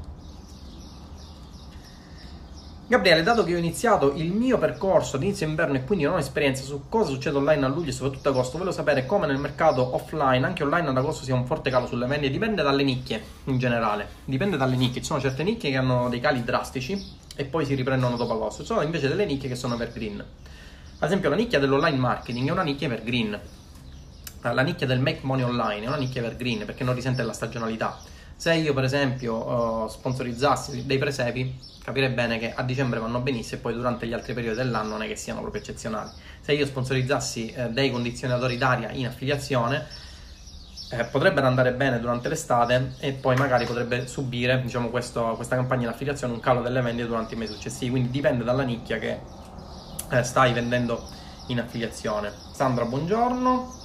Gabriele, dato che ho iniziato il mio percorso ad inizio inverno e quindi non ho esperienza su cosa succede online a luglio e soprattutto agosto, voglio sapere come nel mercato offline, anche online ad agosto, sia un forte calo sulle vendite. Dipende dalle nicchie in generale, dipende dalle nicchie. Ci sono certe nicchie che hanno dei cali drastici e poi si riprendono dopo agosto. Ci sono invece delle nicchie che sono evergreen. Ad esempio la nicchia dell'online marketing è una nicchia evergreen. La nicchia del make money online è una nicchia evergreen perché non risente della stagionalità. Se io per esempio uh, sponsorizzassi dei presepi, capire bene che a dicembre vanno benissimo e poi durante gli altri periodi dell'anno non è che siano proprio eccezionali. Se io sponsorizzassi eh, dei condizionatori d'aria in affiliazione, eh, potrebbero andare bene durante l'estate e poi magari potrebbe subire, diciamo, questo, questa campagna in affiliazione un calo delle vendite durante i mesi successivi. Quindi dipende dalla nicchia che eh, stai vendendo in affiliazione. Sandra, buongiorno.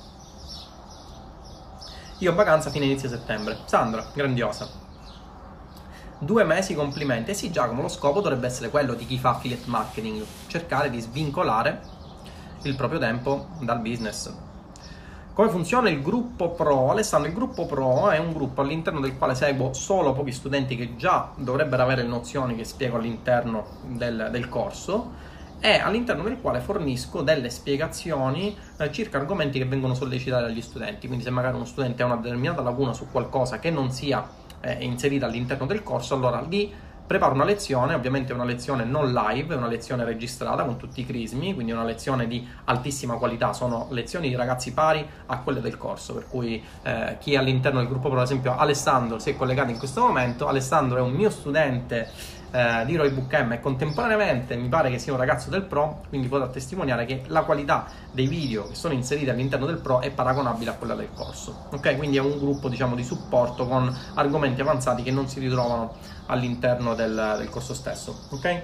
Io ho vacanza fine inizio settembre. Sandra, grandiosa. Due mesi, complimenti. E sì, Giacomo, lo scopo dovrebbe essere quello di chi fa affiliate marketing, cercare di svincolare il proprio tempo dal business. Come funziona il gruppo pro? Alessandro, il gruppo pro è un gruppo all'interno del quale seguo solo pochi studenti che già dovrebbero avere le nozioni che spiego all'interno del, del corso, e all'interno del quale fornisco delle spiegazioni eh, circa argomenti che vengono sollecitati dagli studenti. Quindi se magari uno studente ha una determinata lacuna su qualcosa che non sia eh, inserita all'interno del corso, allora lì preparo una lezione, ovviamente una lezione non live, è una lezione registrata con tutti i crismi, quindi una lezione di altissima qualità, sono lezioni di ragazzi pari a quelle del corso, per cui eh, chi è all'interno del gruppo pro, ad esempio Alessandro si è collegato in questo momento. Alessandro è un mio studente eh, di Roy Book M, e contemporaneamente mi pare che sia un ragazzo del Pro, quindi potrà testimoniare che la qualità dei video che sono inseriti all'interno del Pro è paragonabile a quella del corso, ok? Quindi è un gruppo, diciamo, di supporto con argomenti avanzati che non si ritrovano all'interno del, del corso stesso, ok?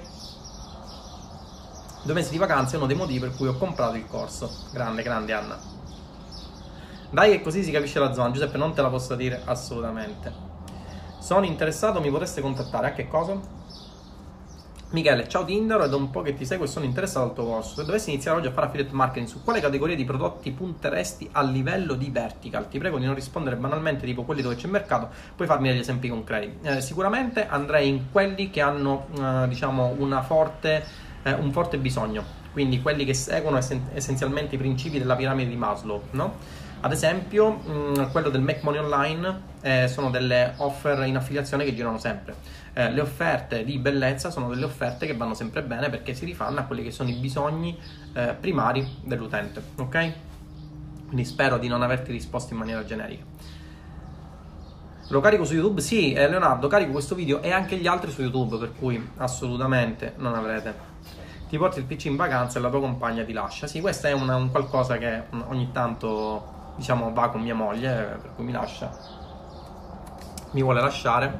Due mesi di vacanza è uno dei motivi per cui ho comprato il corso. Grande, grande Anna. Dai che così si capisce la zona. Giuseppe, non te la posso dire assolutamente. Sono interessato, mi potreste contattare. A che cosa? Michele, ciao Tindaro, è da un po' che ti seguo e sono interessato al tuo corso. Se dovessi iniziare oggi a fare affiliate marketing, su quale categoria di prodotti punteresti a livello di vertical? Ti prego di non rispondere banalmente, tipo quelli dove c'è mercato, puoi farmi degli esempi concreti. Eh, sicuramente andrei in quelli che hanno, eh, diciamo, una forte... Eh, un forte bisogno, quindi quelli che seguono essen- essenzialmente i principi della piramide di Maslow, no? Ad esempio, mh, quello del Make Money Online eh, sono delle offer in affiliazione che girano sempre. Eh, le offerte di bellezza sono delle offerte che vanno sempre bene perché si rifanno a quelli che sono i bisogni eh, primari dell'utente, ok? Quindi spero di non averti risposto in maniera generica. Lo carico su YouTube? Sì, eh, Leonardo, carico questo video e anche gli altri su YouTube, per cui assolutamente non avrete. Ti porti il P C in vacanza e la tua compagna ti lascia. Sì, questo è una, un qualcosa che ogni tanto, diciamo, va con mia moglie, per cui mi lascia. Mi vuole lasciare.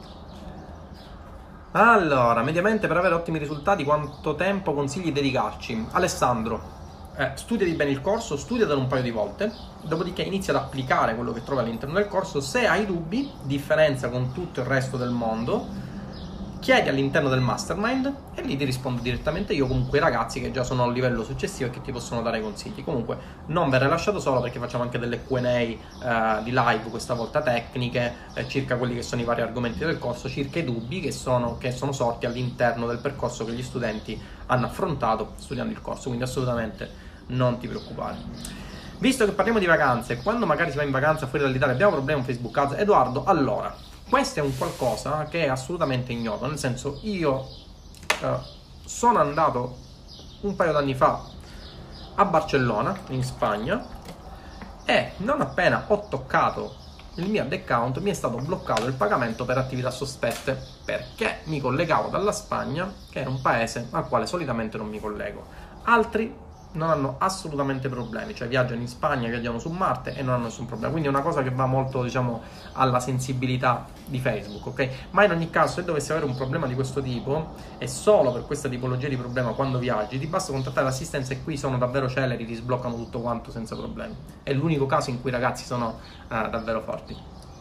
Allora, mediamente per avere ottimi risultati quanto tempo consigli dedicarci? Alessandro, eh, studiati bene il corso, studiatelo un paio di volte, dopodiché inizia ad applicare quello che trovi all'interno del corso. Se hai dubbi, differenza con tutto il resto del mondo, chiedi all'interno del mastermind e lì ti rispondo direttamente io, comunque i ragazzi che già sono a un livello successivo e che ti possono dare consigli. Comunque non verrai lasciato solo, perché facciamo anche delle Q and A eh, di live, questa volta tecniche, eh, circa quelli che sono i vari argomenti del corso, circa i dubbi che sono, che sono sorti all'interno del percorso che gli studenti hanno affrontato studiando il corso, quindi assolutamente non ti preoccupare. Visto che parliamo di vacanze, quando magari si va in vacanza fuori dall'Italia abbiamo problemi con Facebook Ads? Edoardo, allora, questo è un qualcosa che è assolutamente ignoto, nel senso, io eh, sono andato un paio d'anni fa a Barcellona, in Spagna, e non appena ho toccato il mio ad account mi è stato bloccato il pagamento per attività sospette, perché mi collegavo dalla Spagna, che è un paese al quale solitamente non mi collego. Altri non hanno assolutamente problemi, cioè viaggiano in Spagna, viaggiano su Marte e non hanno nessun problema, quindi è una cosa che va molto, diciamo, alla sensibilità di Facebook, ok? Ma in ogni caso, se dovessi avere un problema di questo tipo e solo per questa tipologia di problema quando viaggi, ti basta contattare l'assistenza e qui sono davvero celeri, ti sbloccano tutto quanto senza problemi. È l'unico caso in cui i ragazzi sono eh, davvero forti.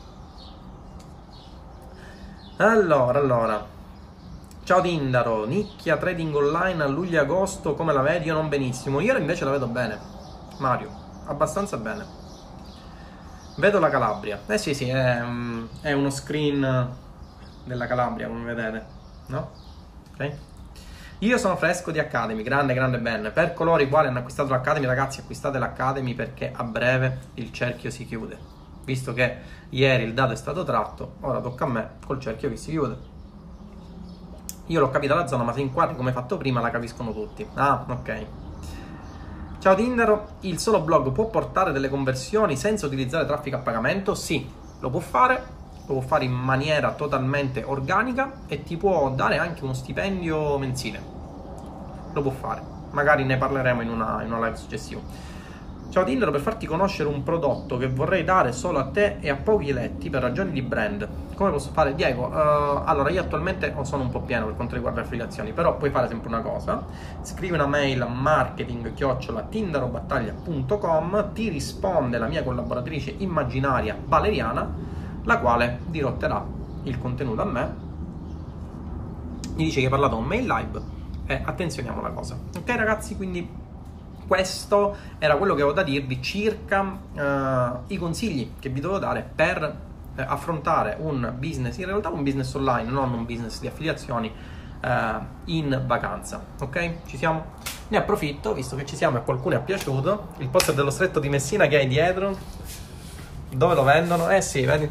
Allora, allora ciao Tindaro, nicchia trading online a luglio e agosto, come la vedi? Io non benissimo, io invece la vedo bene, Mario, abbastanza bene. Vedo la Calabria, eh sì sì, è, è uno screen della Calabria, come vedete, no? Ok? Io sono Fresco di Academy, grande grande Ben. Per coloro i quali hanno acquistato l'Academy, ragazzi, acquistate l'Academy perché a breve il cerchio si chiude. Visto che ieri il dato è stato tratto, ora tocca a me col cerchio che si chiude. Io l'ho capita la zona, ma se inquadri come fatto prima la capiscono tutti. Ah, ok. Ciao Tindaro, il solo blog può portare delle conversioni senza utilizzare traffico a pagamento? Sì, lo può fare, lo può fare in maniera totalmente organica e ti può dare anche uno stipendio mensile. Lo può fare, magari ne parleremo in una, in una live successiva. Ciao Tindaro, per farti conoscere un prodotto che vorrei dare solo a te e a pochi eletti per ragioni di brand, come posso fare? Diego, uh, allora io attualmente sono un po' pieno per quanto riguarda le affiliazioni, però puoi fare sempre una cosa: scrivi una mail a marketing chiocciola tindarobattaglia punto com, ti risponde la mia collaboratrice immaginaria Valeriana, la quale dirotterà il contenuto a me, mi dice che hai parlato con Mail Live e attenzioniamo la cosa, ok ragazzi? Quindi questo era quello che avevo da dirvi circa uh, i consigli che vi dovevo dare per eh, affrontare un business, in realtà un business online, non un business di affiliazioni uh, in vacanza, ok? Ci siamo? Ne approfitto, visto che ci siamo e a qualcuno è piaciuto, il poster dello stretto di Messina che hai dietro, dove lo vendono? Eh sì, vedi?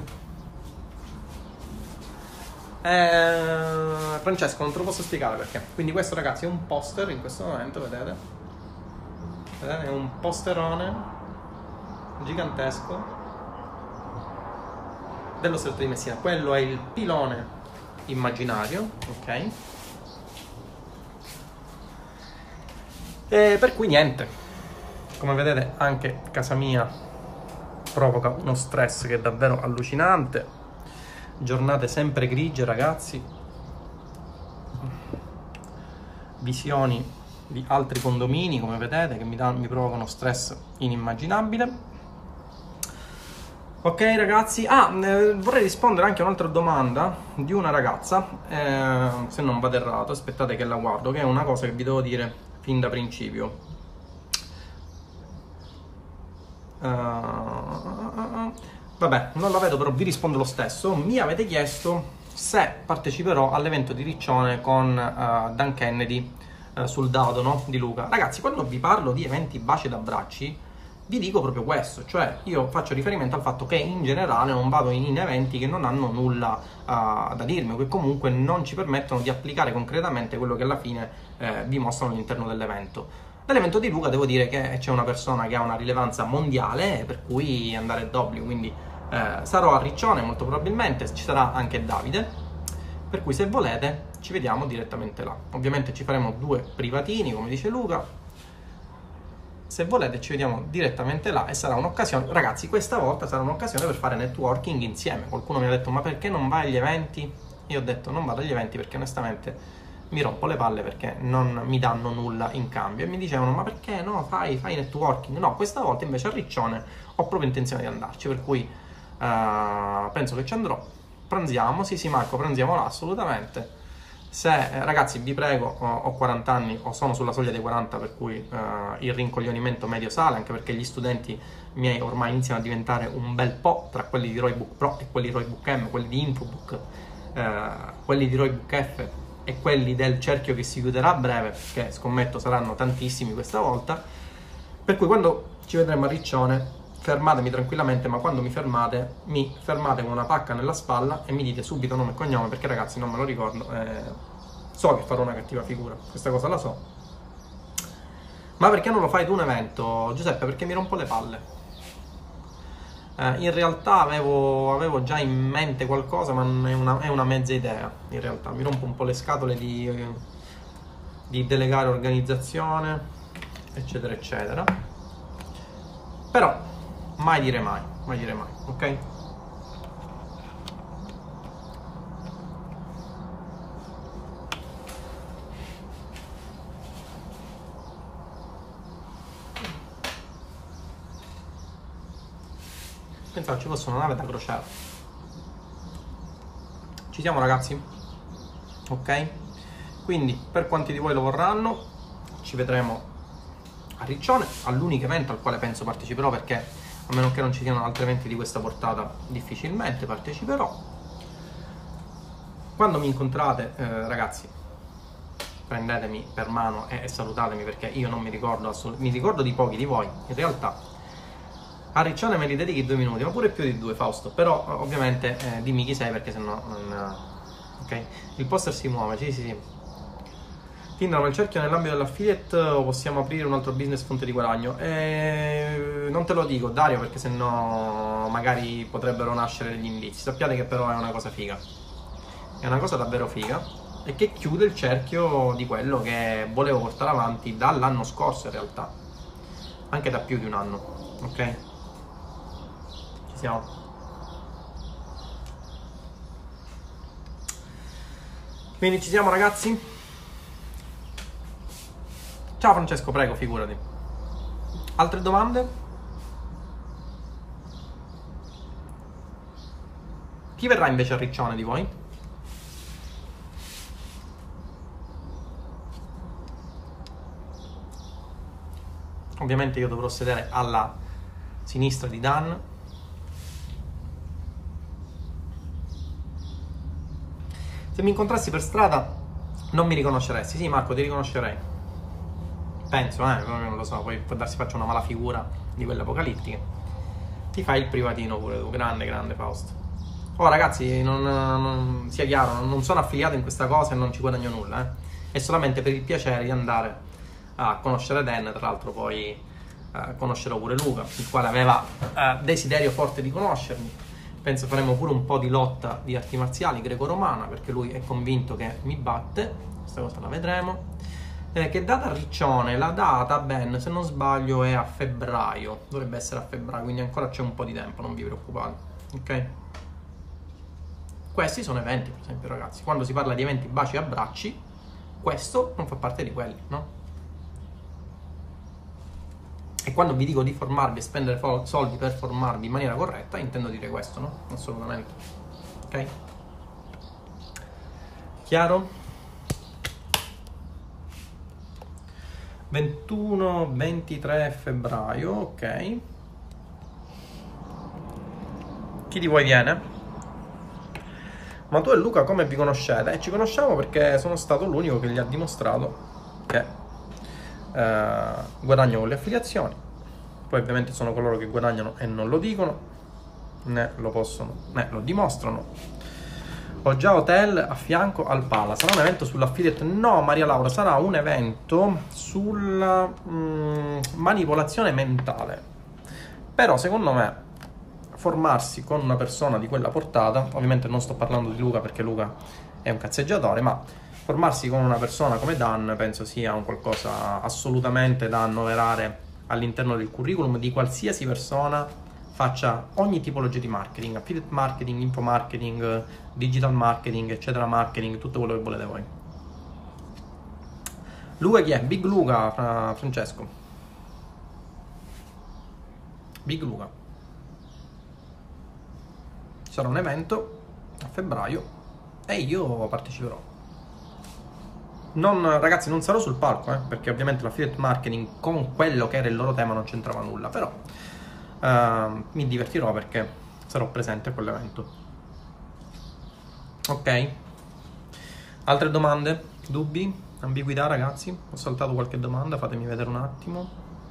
Eh, Francesco, non te lo posso spiegare perché. Quindi questo, ragazzi, è un poster in questo momento, vedete? È un posterone gigantesco dello stretto di Messina. Quello è il pilone immaginario, ok? E per cui niente, come vedete anche casa mia provoca uno stress che è davvero allucinante, giornate sempre grigie ragazzi, visioni di altri condomini come vedete che mi, danno, mi provocano stress inimmaginabile. Ok ragazzi, ah, eh, vorrei rispondere anche a un'altra domanda di una ragazza, eh, se non vado errato, aspettate che la guardo, che è una cosa che vi devo dire fin da principio. Uh, vabbè, non la vedo, però vi rispondo lo stesso. Mi avete chiesto se parteciperò all'evento di Riccione con uh, Dan Kennedy uh, sul dado, no? Di Luca. Ragazzi, quando vi parlo di eventi baci ed abbracci, vi dico proprio questo, cioè io faccio riferimento al fatto che in generale non vado in, in eventi che non hanno nulla uh, da dirmi o che comunque non ci permettono di applicare concretamente quello che alla fine eh, vi mostrano all'interno dell'evento. Nell'evento di Luca devo dire che c'è una persona che ha una rilevanza mondiale, per cui andare d'obbligo, quindi eh, sarò a Riccione molto probabilmente, ci sarà anche Davide, per cui se volete ci vediamo direttamente là. Ovviamente ci faremo due privatini, come dice Luca. Se volete ci vediamo direttamente là e sarà un'occasione, ragazzi, questa volta sarà un'occasione per fare networking insieme. Qualcuno mi ha detto ma perché non vai agli eventi? Io ho detto non vado agli eventi perché onestamente mi rompo le palle perché non mi danno nulla in cambio. E mi dicevano ma perché no, fai, fai networking? No, questa volta invece a Riccione ho proprio intenzione di andarci, per cui uh, penso che ci andrò. Pranziamo, sì sì Marco, pranziamo là assolutamente. Se, eh, ragazzi, vi prego, ho, ho quaranta anni o sono sulla soglia dei quaranta, per cui uh, il rincoglionimento medio sale, anche perché gli studenti miei ormai iniziano a diventare un bel po', tra quelli di Roybook Pro e quelli di Roybook M, quelli di Infobook, uh, quelli di Roybook F e quelli del cerchio che si chiuderà a breve, che scommetto saranno tantissimi questa volta, per cui quando ci vedremo a Riccione fermatemi tranquillamente, ma quando mi fermate mi fermate con una pacca nella spalla e mi dite subito nome e cognome, perché ragazzi non me lo ricordo, eh, so che farò una cattiva figura, questa cosa la so. Ma perché non lo fai tu un evento, Giuseppe? Perché mi rompo le palle. Eh, in realtà avevo, avevo già in mente qualcosa, ma è una, è una mezza idea, in realtà mi rompo un po' le scatole di, di delegare organizzazione, eccetera eccetera, però mai dire mai, mai dire mai, ok? Pensavo ci fosse una nave da crociera. Ci siamo ragazzi? Ok? Quindi per quanti di voi lo vorranno, ci vedremo a Riccione, all'unico evento al quale penso parteciperò, perché a meno che non ci siano altri eventi di questa portata difficilmente parteciperò. Quando mi incontrate eh, ragazzi, prendetemi per mano e, e salutatemi, perché io non mi ricordo assolutamente, mi ricordo di pochi di voi in realtà. A Riccione me li dedichi due minuti, ma pure più di due Fausto, però ovviamente eh, dimmi chi sei, perché sennò non... ok? Il poster si muove, sì sì sì. Tindano il cerchio nell'ambito dell'affiliate o possiamo aprire un altro business fonte di guadagno? Eh, non te lo dico Dario, perché sennò magari potrebbero nascere degli indizi. Sappiate che però è una cosa figa, è una cosa davvero figa e che chiude il cerchio di quello che volevo portare avanti dall'anno scorso, in realtà anche da più di un anno, ok? Ci siamo. Quindi ci siamo ragazzi? Ciao Francesco, prego, figurati. Altre domande? Chi verrà invece a Riccione di voi? Ovviamente io dovrò sedere alla sinistra di Dan. Se mi incontrassi per strada non mi riconosceresti. Sì Marco, ti riconoscerei. Penso, eh, non lo so, poi può darsi faccia una mala figura di quelle apocalittiche. Ti fai il privatino pure tu, grande, grande Fausto. Oh ragazzi, non, non, sia chiaro, non sono affiliato in questa cosa e non ci guadagno nulla, eh. È solamente per il piacere di andare a conoscere Dan, tra l'altro poi eh, conoscerò pure Luca, il quale aveva eh, desiderio forte di conoscermi. Penso faremo pure un po' di lotta di arti marziali greco-romana, perché lui è convinto che mi batte. Questa cosa la vedremo. Eh, che data ha Riccione? La data, Ben, se non sbaglio, è a febbraio. Dovrebbe essere a febbraio, quindi ancora c'è un po' di tempo, non vi preoccupate. Ok? Questi sono eventi, per esempio, ragazzi. Quando si parla di eventi baci e abbracci, questo non fa parte di quelli, no? E quando vi dico di formarvi e spendere soldi per formarvi in maniera corretta, intendo dire questo, no? Assolutamente. Ok? Chiaro? ventuno ventitré febbraio, ok. Chi di voi viene? Ma tu e Luca come vi conoscete? Eh, ci conosciamo perché sono stato l'unico che gli ha dimostrato che eh, guadagno con le affiliazioni. Poi ovviamente sono coloro che guadagnano e non lo dicono, né lo possono, né lo dimostrano. Ho già hotel a fianco al Pala. Sarà un evento sull'affiliate? No, Maria Laura, sarà un evento sulla mh, manipolazione mentale. Però secondo me formarsi con una persona di quella portata, ovviamente non sto parlando di Luca perché Luca è un cazzeggiatore, ma formarsi con una persona come Dan penso sia un qualcosa assolutamente da annoverare all'interno del curriculum di qualsiasi persona faccia ogni tipologia di marketing, affiliate marketing, info marketing, digital marketing, eccetera marketing, tutto quello che volete voi. Luca chi è? Big Luca, Francesco. Big Luca. Ci sarà un evento a febbraio e io parteciperò. Non, ragazzi, non sarò sul palco, eh, perché ovviamente l'affiliate marketing con quello che era il loro tema non c'entrava nulla, però uh, mi divertirò perché sarò presente a quell'evento. Ok? Altre domande? Dubbi? Ambiguità, ragazzi? Ho saltato qualche domanda, fatemi vedere un attimo.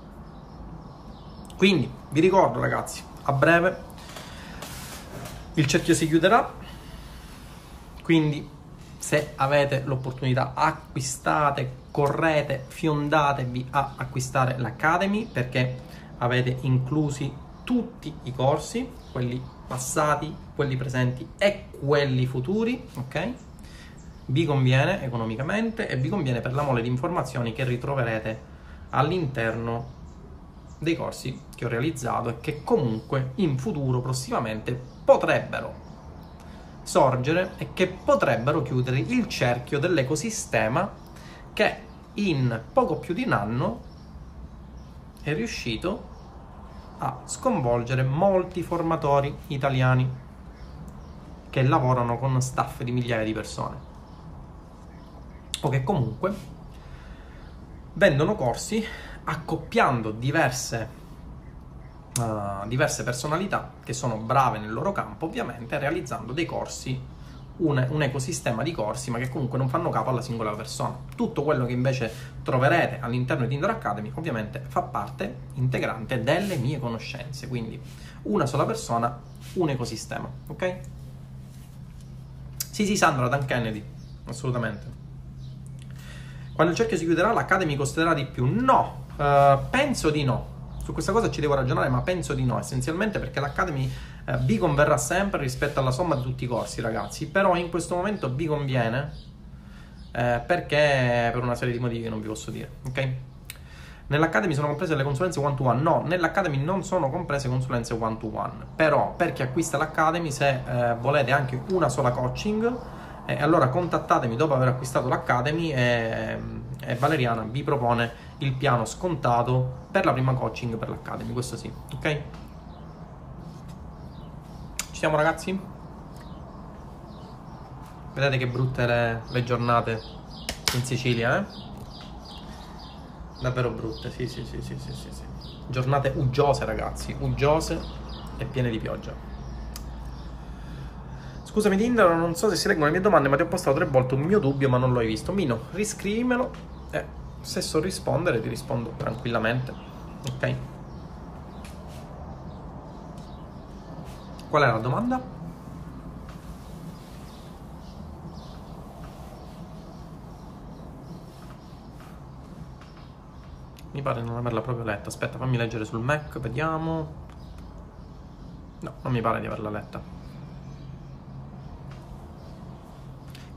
Quindi, vi ricordo, ragazzi, a breve il cerchio si chiuderà, quindi se avete l'opportunità acquistate, correte, fiondatevi a acquistare l'Academy perché avete inclusi tutti i corsi, quelli passati, quelli presenti e quelli futuri, ok? Vi conviene economicamente e vi conviene per la mole di informazioni che ritroverete all'interno dei corsi che ho realizzato e che comunque in futuro prossimamente potrebbero sorgere e che potrebbero chiudere il cerchio dell'ecosistema che in poco più di un anno è riuscito a sconvolgere molti formatori italiani che lavorano con staff di migliaia di persone o che comunque vendono corsi accoppiando diverse Uh, diverse personalità che sono brave nel loro campo, ovviamente realizzando dei corsi, un, un ecosistema di corsi, ma che comunque non fanno capo alla singola persona. Tutto quello che invece troverete all'interno di Tinder Academy ovviamente fa parte integrante delle mie conoscenze, quindi una sola persona, un ecosistema, ok? Sì sì Sandra, Dan Kennedy, assolutamente. Quando il cerchio si chiuderà l'Academy costerà di più? No, uh, penso di no. Su questa cosa ci devo ragionare, ma penso di no, essenzialmente perché l'Academy eh, vi converrà sempre rispetto alla somma di tutti i corsi, ragazzi, però in questo momento vi conviene eh, perché per una serie di motivi che non vi posso dire, ok? Nell'Academy sono comprese le consulenze one to one? No, nell'Academy non sono comprese consulenze one to one, però per chi acquista l'Academy, se eh, volete anche una sola coaching, eh, allora contattatemi dopo aver acquistato l'Academy e, e Valeriana vi propone il piano scontato per la prima coaching per l'Academy, questo sì, ok? Ci siamo, ragazzi? Vedete che brutte le, le giornate in Sicilia, eh? Davvero brutte, sì, sì, sì, sì, sì, sì, sì. Giornate uggiose, ragazzi, uggiose e piene di pioggia. Scusami Tinder, non so se si leggono le mie domande, ma ti ho postato tre volte un mio dubbio, ma non l'hai visto. Mino, riscrivimelo e se so rispondere ti rispondo tranquillamente, ok? Qual è la domanda? Mi pare di non averla proprio letta. Aspetta, fammi leggere sul Mac, vediamo. No, non mi pare di averla letta.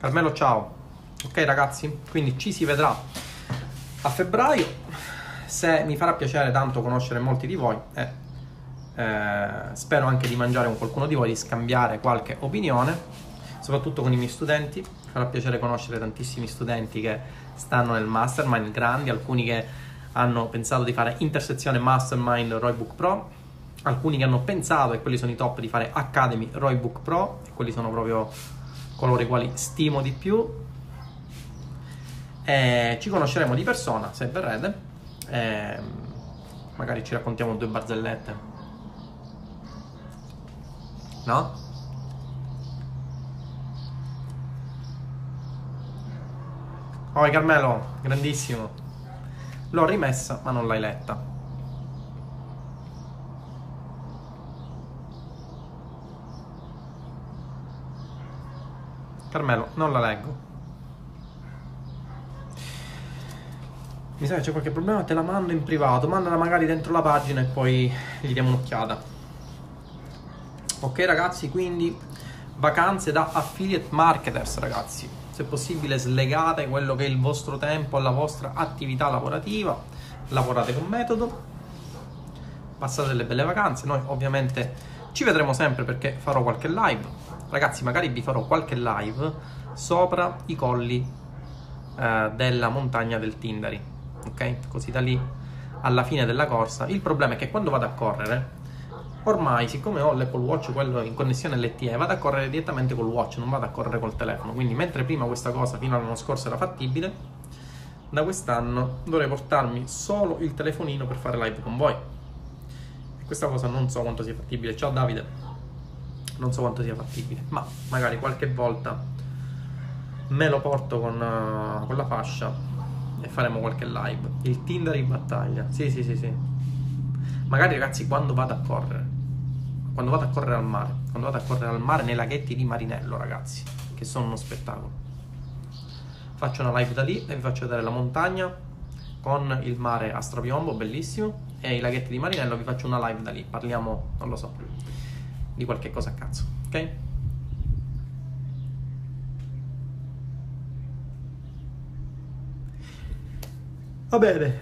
Carmelo, ciao. Ok ragazzi, quindi ci si vedrà a febbraio. Se mi farà piacere tanto conoscere molti di voi e eh, spero anche di mangiare con qualcuno di voi, di scambiare qualche opinione, soprattutto con i miei studenti. Mi farà piacere conoscere tantissimi studenti che stanno nel mastermind, grandi, alcuni che hanno pensato di fare intersezione mastermind Roybook Pro, alcuni che hanno pensato, e quelli sono i top, di fare Academy Roybook Pro, e quelli sono proprio coloro i quali stimo di più. E ci conosceremo di persona se verrete, e magari ci raccontiamo due barzellette, no? Oh Carmelo, grandissimo. L'ho rimessa ma non l'hai letta. Carmelo, non la leggo. Mi sa che c'è qualche problema, te la mando in privato, mandala magari dentro la pagina e poi gli diamo un'occhiata. Ok ragazzi, quindi vacanze da affiliate marketers, ragazzi. Se possibile slegate quello che è il vostro tempo alla vostra attività lavorativa, lavorate con metodo, passate delle belle vacanze. Noi ovviamente ci vedremo sempre perché farò qualche live. Ragazzi, magari vi farò qualche live sopra i colli eh, della montagna del Tindari. Ok? Così da lì alla fine della corsa. Il problema è che quando vado a correre, ormai, siccome ho l'Apple Watch, quello in connessione L T E, vado a correre direttamente col watch, non vado a correre col telefono. Quindi mentre prima questa cosa fino all'anno scorso era fattibile, da quest'anno dovrei portarmi solo il telefonino per fare live con voi. E questa cosa non so quanto sia fattibile. Ciao Davide, non so quanto sia fattibile, ma magari qualche volta me lo porto con, uh, con la fascia e faremo qualche live. Il Tinder in battaglia. Sì, sì, sì, sì. Magari ragazzi, quando vado a correre, quando vado a correre al mare, quando vado a correre al mare nei laghetti di Marinello, ragazzi, che sono uno spettacolo. Faccio una live da lì e vi faccio vedere la montagna con il mare a strapiombo, bellissimo, e i laghetti di Marinello, vi faccio una live da lì. Parliamo, non lo so, di qualche cosa a cazzo, ok? Va bene.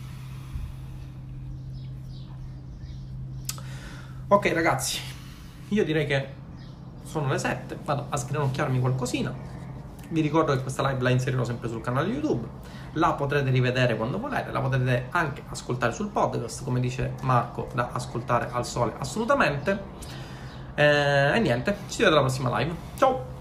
Ok ragazzi, io direi che sono le sette, vado a sgranocchiarmi qualcosina. Vi ricordo che questa live la inserirò sempre sul canale YouTube, la potrete rivedere quando volete, la potrete anche ascoltare sul podcast, come dice Marco, da ascoltare al sole assolutamente. E niente, ci vediamo alla prossima live. Ciao!